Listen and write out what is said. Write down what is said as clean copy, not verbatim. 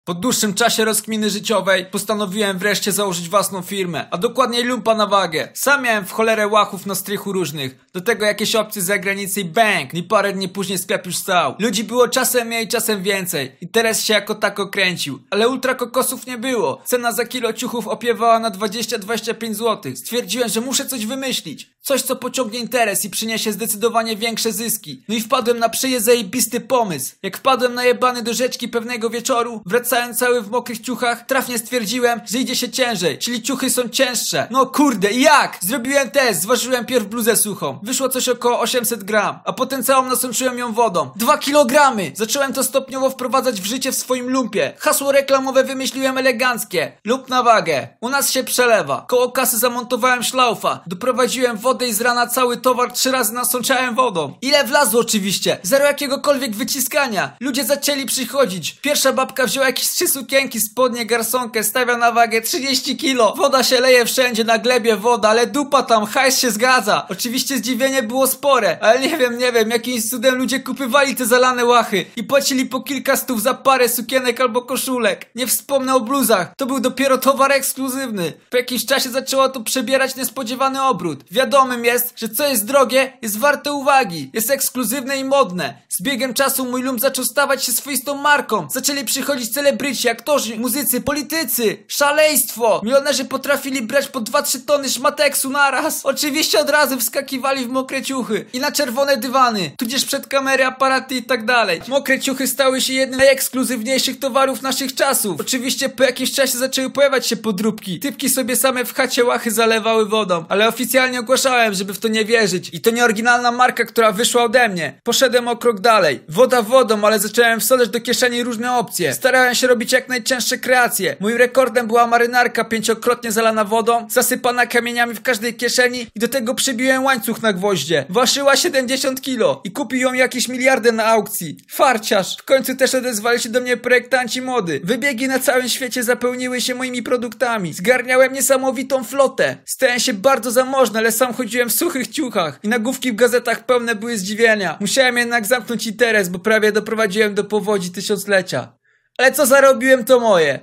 Po dłuższym czasie rozkminy życiowej postanowiłem wreszcie założyć własną firmę, a dokładniej lumpa na wagę. Sam miałem w cholerę łachów na strychu różnych, do tego jakieś opcje z zagranicy i bang, i parę dni później sklep już stał. Ludzi było czasem mniej, czasem więcej. Interes się jako tako kręcił, ale ultra kokosów nie było. Cena za kilo ciuchów opiewała na 20-25 zł. Stwierdziłem, że muszę coś wymyślić. Coś, co pociągnie interes i przyniesie zdecydowanie większe zyski. No i wpadłem na zajebisty pomysł. Jak wpadłem najebany do rzeczki pewnego wieczoru, wracając cały w mokrych ciuchach, trafnie stwierdziłem, że idzie się ciężej, czyli ciuchy są cięższe. No kurde, i jak? Zrobiłem test, zważyłem pierw bluzę suchą. Wyszło coś około 800 gram, a potem całą nasączyłem ją wodą. 2 kilogramy! Zacząłem to stopniowo wprowadzać w życie w swoim lumpie. Hasło reklamowe wymyśliłem eleganckie. Lump na wagę. U nas się przelewa. Koło kasy zamontowałem szlaufa. Doprowadziłem wodę i z rana cały towar 3 razy nasączałem wodą. Ile wlazło oczywiście. Zero jakiegokolwiek wyciskania. Ludzie zaczęli przychodzić. Pierwsza babka wzięła jakieś 3 sukienki, spodnie, garsonkę, stawia na wagę 30 kilo. Woda się leje wszędzie, na glebie woda, ale dupa tam, hajs się zgadza. Oczywiście zdziwienie było spore, ale nie wiem, jakimś cudem ludzie kupywali te zalane łachy i płacili po kilka stów za parę sukienek albo koszulek. Nie wspomnę o bluzach, to był dopiero towar ekskluzywny. Po jakimś czasie zaczęło to przebierać niespodziewany obrót. Wiadomym jest, że co jest drogie, jest warte uwagi, jest ekskluzywne i modne. Z biegiem czasu mój lump zaczął stawać się swoistą marką. Zaczęli przychodzić celebryci, aktorzy, muzycy, politycy. Szaleństwo! Milionerzy potrafili brać po 2-3 tony szmateksu naraz. Oczywiście od razu wskakiwali w mokre ciuchy i na czerwone dywany, tudzież przed kamery, aparaty i tak dalej. Mokre ciuchy stały się jednym z najekskluzywniejszych towarów naszych czasów. Oczywiście po jakimś czasie zaczęły pojawiać się podróbki. Typki sobie same w chacie łachy zalewały wodą, ale oficjalnie ogłaszałem, żeby w to nie wierzyć. I to nie oryginalna marka, która wyszła ode mnie. Poszedłem o krok dalej. Woda wodą, ale zacząłem wsadzać do kieszeni różne opcje. Starałem się robić jak najcięższe kreacje. Moim rekordem była marynarka 5-krotnie zalana wodą, zasypana kamieniami w każdej kieszeni i do tego przybiłem łańcuch na gwoździe. Ważyła 70 kilo i kupił ją jakiś miliarder na aukcji. Farciarz. W końcu też odezwali się do mnie projektanci mody. Wybiegi na całym świecie zapełniły się moimi produktami. Zgarniałem niesamowitą flotę. Stałem się bardzo zamożny, ale sam chodziłem w suchych ciuchach i nagłówki w gazetach pełne były zdziwienia. Musiałem jednak zamknąć interes, bo prawie doprowadziłem do powodzi tysiąclecia. Ale co zarobiłem, to moje.